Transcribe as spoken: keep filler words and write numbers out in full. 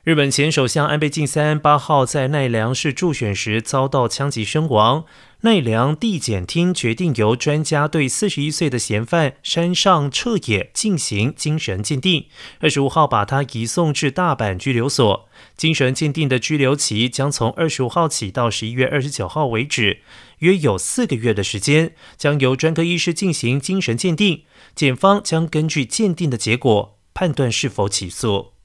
日本前首相安倍晋三八号在奈良市助选时遭到枪击身亡。奈良地检厅决定由专家对四十一岁的嫌犯山上彻也进行精神鉴定，二十五号把他移送至大阪拘留所。精神鉴定的拘留期将从二十五号起到十一月二十九号为止，约有四个月的时间，将由专科医师进行精神鉴定。检方将根据鉴定的结果判断是否起诉。